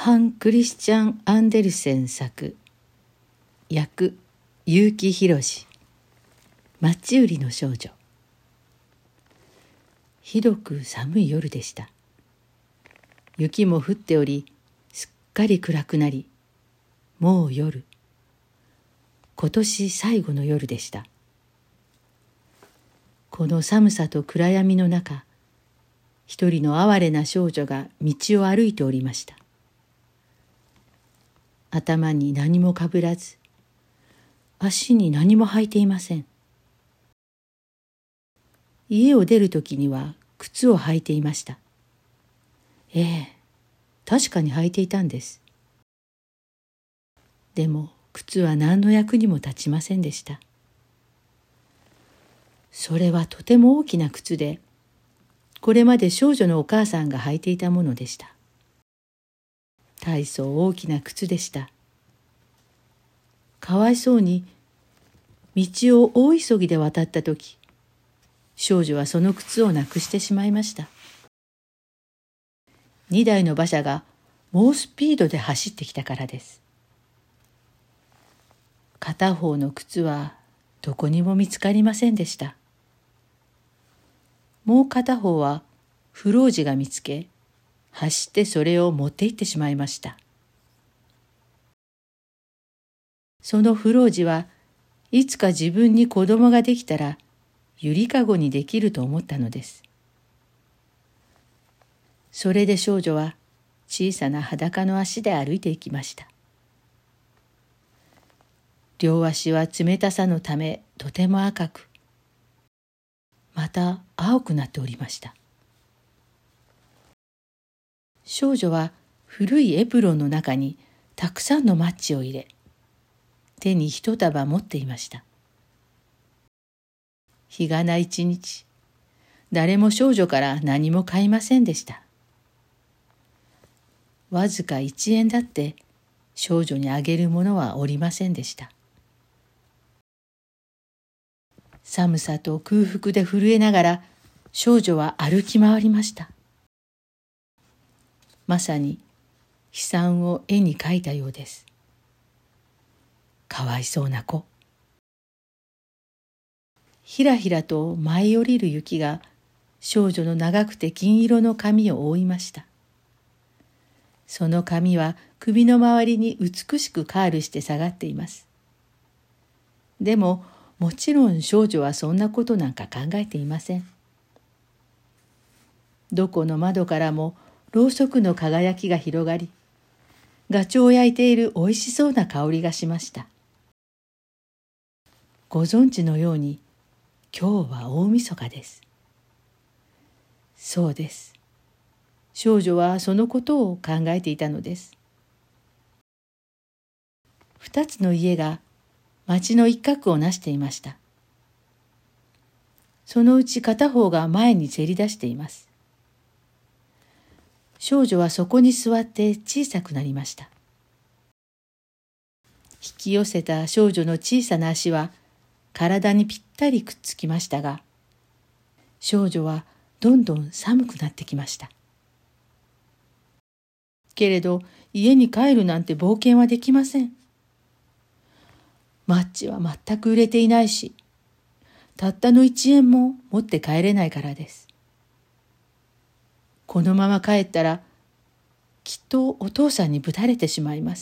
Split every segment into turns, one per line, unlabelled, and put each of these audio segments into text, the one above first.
ハン・クリスチャン・アンデルセン作、訳結城宏、マッチ売りの少女。ひどく寒い夜でした。雪も降っており、すっかり暗くなり、もう夜。今年最後の夜でした。この寒さと暗闇の中、一人の哀れな少女が道を歩いておりました。頭に何もかぶらず、足に何も履いていません。家を出るときには靴を履いていました。確かに履いていたんです。でも靴は何の役にも立ちませんでした。それはとても大きな靴で、これまで少女のお母さんが履いていたものでした。大層大きな靴でした。かわいそうに、道を大急ぎで渡ったとき、少女はその靴をなくしてしまいました。2台の馬車が猛スピードで走ってきたからです。片方の靴はどこにも見つかりませんでした。もう片方は不老児が見つけ、走ってそれを持って行ってしまいました。その不老児はいつか自分に子供ができたらゆりかごにできると思ったのです。それで少女は小さな裸の足で歩いていきました。両足は冷たさのためとても赤く、また青くなっておりました。少女は古いエプロンの中にたくさんのマッチを入れ、手に一束持っていました。日がな一日、誰も少女から何も買いませんでした。わずか1円だって少女にあげるものはおりませんでした。寒さと空腹で震えながら少女は歩き回りました。まさに悲惨を絵に描いたようです。かわいそうな子。ひらひらと舞い降りる雪が少女の長くて金色の髪を覆いました。その髪は首の周りに美しくカールして下がっています。でももちろん少女はそんなことなんか考えていません。どこの窓からもろうそくの輝きが広がり、ガチョウを焼いているおいしそうな香りがしました。ご存知のように、今日は大晦日です。そうです。少女はそのことを考えていたのです。2つの家が町の一角をなしていました。そのうち片方が前にせり出しています。少女はそこに座って小さくなりました。引き寄せた少女の小さな足は体にぴったりくっつきましたが、少女はどんどん寒くなってきました。けれど家に帰るなんて冒険はできません。マッチは全く売れていないし、たったの1円も持って帰れないからです。このまま帰ったら、きっとお父さんにぶたれてしまいます。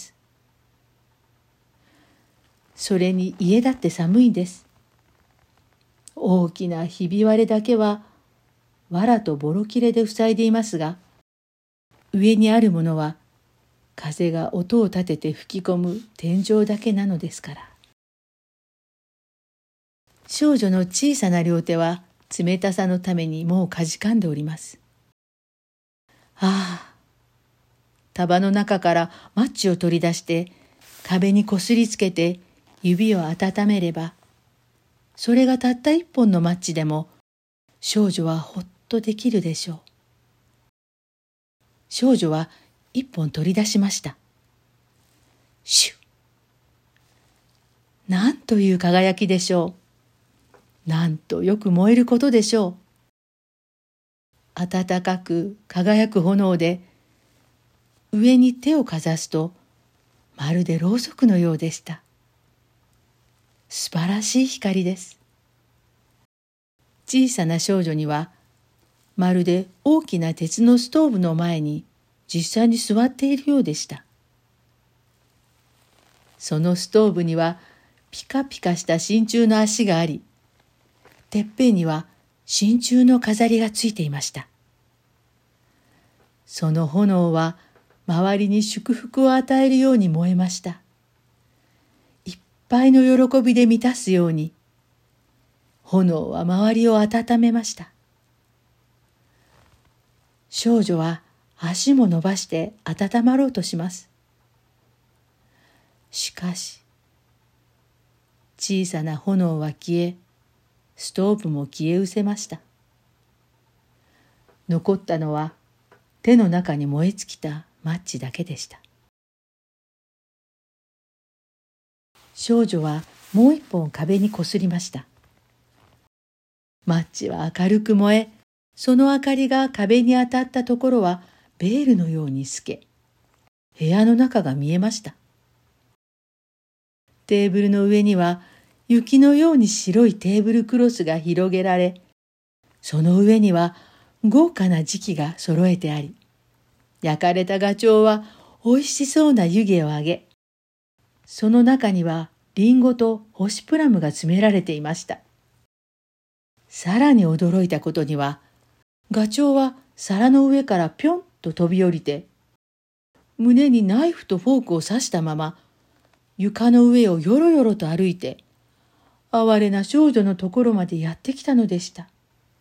それに家だって寒いんです。大きなひび割れだけは、藁とボロ切れで塞いでいますが、上にあるものは、風が音を立てて吹き込む天井だけなのですから。少女の小さな両手は冷たさのためにもうかじかんでおります。束の中からマッチを取り出して壁にこすりつけて指を温めれば、それがたった1本のマッチでも少女はほっとできるでしょう。少女は1本取り出しました。シュッ。なんという輝きでしょう。なんとよく燃えることでしょう。暖かく輝く炎で、 上に手をかざすと、まるでろうそくのようでした。素晴らしい光です。小さな少女には、まるで大きな鉄のストーブの前に実際に座っているようでした。そのストーブにはピカピカした真鍮の足があり、てっぺんには真鍮の飾りがついていました。その炎は周りに祝福を与えるように燃えました。いっぱいの喜びで満たすように、炎は周りを温めました。少女は足も伸ばして温まろうとします。しかし、小さな炎は消え、ストーブも消え失せました。残ったのは手の中に燃え尽きたマッチだけでした。少女はもう一本壁にこすりました。マッチは明るく燃え、その明かりが壁に当たったところはベールのように透け、部屋の中が見えました。テーブルの上には雪のように白いテーブルクロスが広げられ、その上には豪華な磁器が揃えてあり、焼かれたガチョウはおいしそうな湯気を上げ、その中にはリンゴと干しプラムが詰められていました。さらに驚いたことには、ガチョウは皿の上からぴょんと飛び降りて、胸にナイフとフォークを刺したまま、床の上をよろよろと歩いて、哀れな少女のところまでやってきたのでした。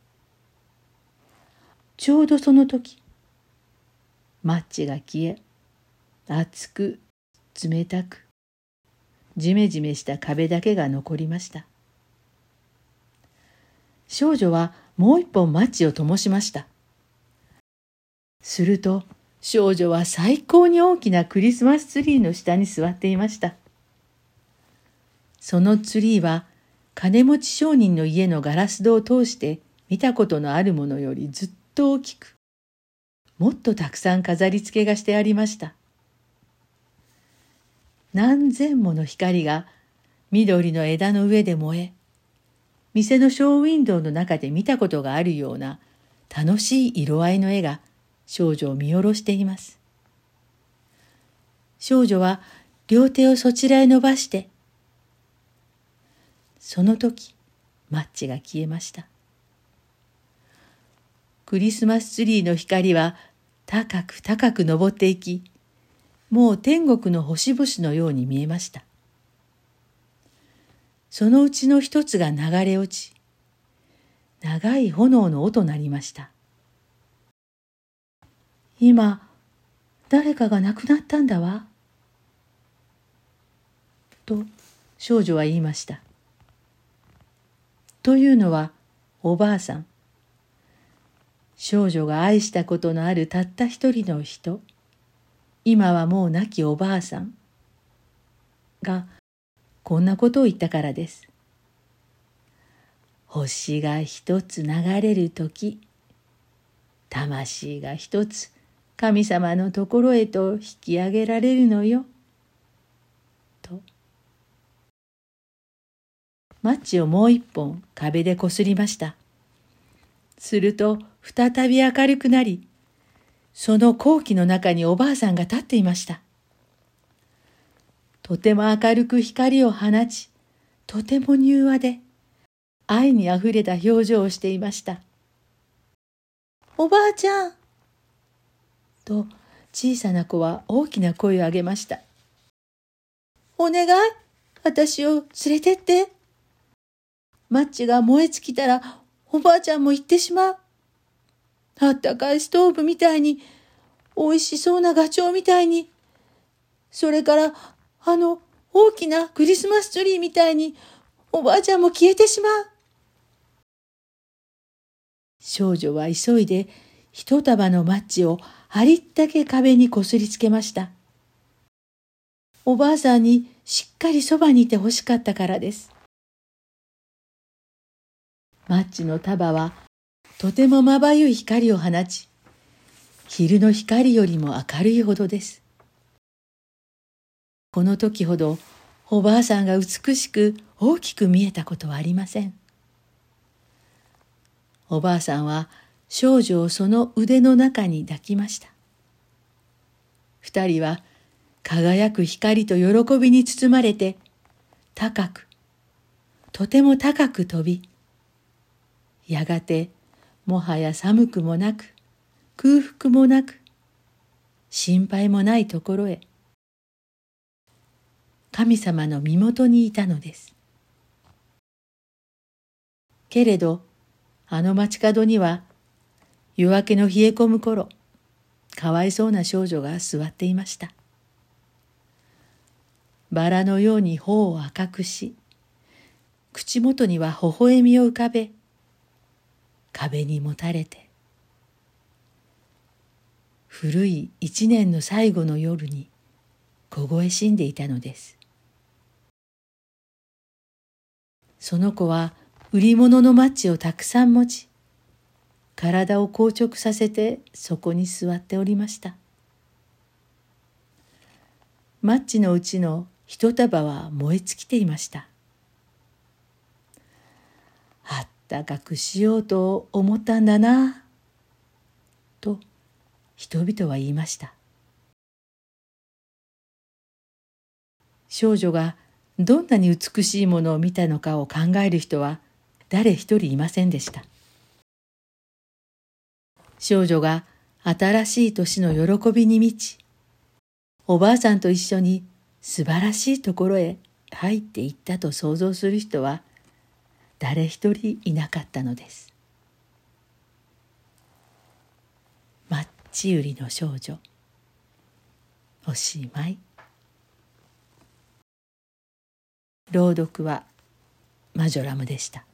ちょうどその時、マッチが消え、熱く、冷たく、じめじめした壁だけが残りました。少女はもう一本マッチを灯しました。すると少女は最高に大きなクリスマスツリーの下に座っていました。そのツリーは金持ち商人の家のガラス戸を通して見たことのあるものよりずっと大きく、もっとたくさん飾り付けがしてありました。何千もの光が緑の枝の上で燃え、店のショーウィンドウの中で見たことがあるような楽しい色合いの絵が少女を見下ろしています。少女は両手をそちらへ伸ばして、その時マッチが消えました。クリスマスツリーの光は高く高く昇っていき、もう天国の星々のように見えました。そのうちの一つが流れ落ち、長い炎の音鳴りました。今、誰かが亡くなったんだわ。と少女は言いました。というのはおばあさん。少女が愛したことのあるたった一人の人、今はもう亡きおばあさんがこんなことを言ったからです。星が一つ流れるとき、魂が一つ神様のところへと引き上げられるのよ。と。マッチをもう一本壁でこすりました。すると再び明るくなり、その空気の中におばあさんが立っていました。とても明るく光を放ち、とても柔和で、愛にあふれた表情をしていました。おばあちゃんと小さな子は大きな声を上げました。お願い、私を連れてって。マッチが燃え尽きたらおばあちゃんも行ってしまう。あったかいストーブみたいに、おいしそうなガチョウみたいに、それから大きなクリスマスツリーみたいにおばあちゃんも消えてしまう。少女は急いで一束のマッチをありったけ壁にこすりつけました。おばあさんにしっかりそばにいてほしかったからです。マッチの束はとてもまばゆい光を放ち、 昼の光よりも明るいほどです。この時ほどおばあさんが美しく大きく見えたことはありません。おばあさんは少女をその腕の中に抱きました。二人は輝く光と喜びに包まれて、高く、とても高く飛び、やがてもはや寒くもなく、空腹もなく、心配もないところへ、神様の身元にいたのです。けれど、あの街角には、夜明けの冷え込む頃、かわいそうな少女が座っていました。バラのように頬を赤くし、口元には微笑みを浮かべ、壁にもたれて、古い一年の最後の夜に凍え死んでいたのです。その子は売り物のマッチをたくさん持ち、体を硬直させてそこに座っておりました。マッチのうちの一束は燃え尽きていました。あったかくしようと思ったんだな、と人々は言いました。少女がどんなに美しいものを見たのかを考える人は誰一人いませんでした。少女が新しい年の喜びに満ち、おばあさんと一緒に素晴らしいところへ入っていったと想像する人は誰一人いなかったのです。マッチ売りの少女、おしまい。朗読はマジョラムでした。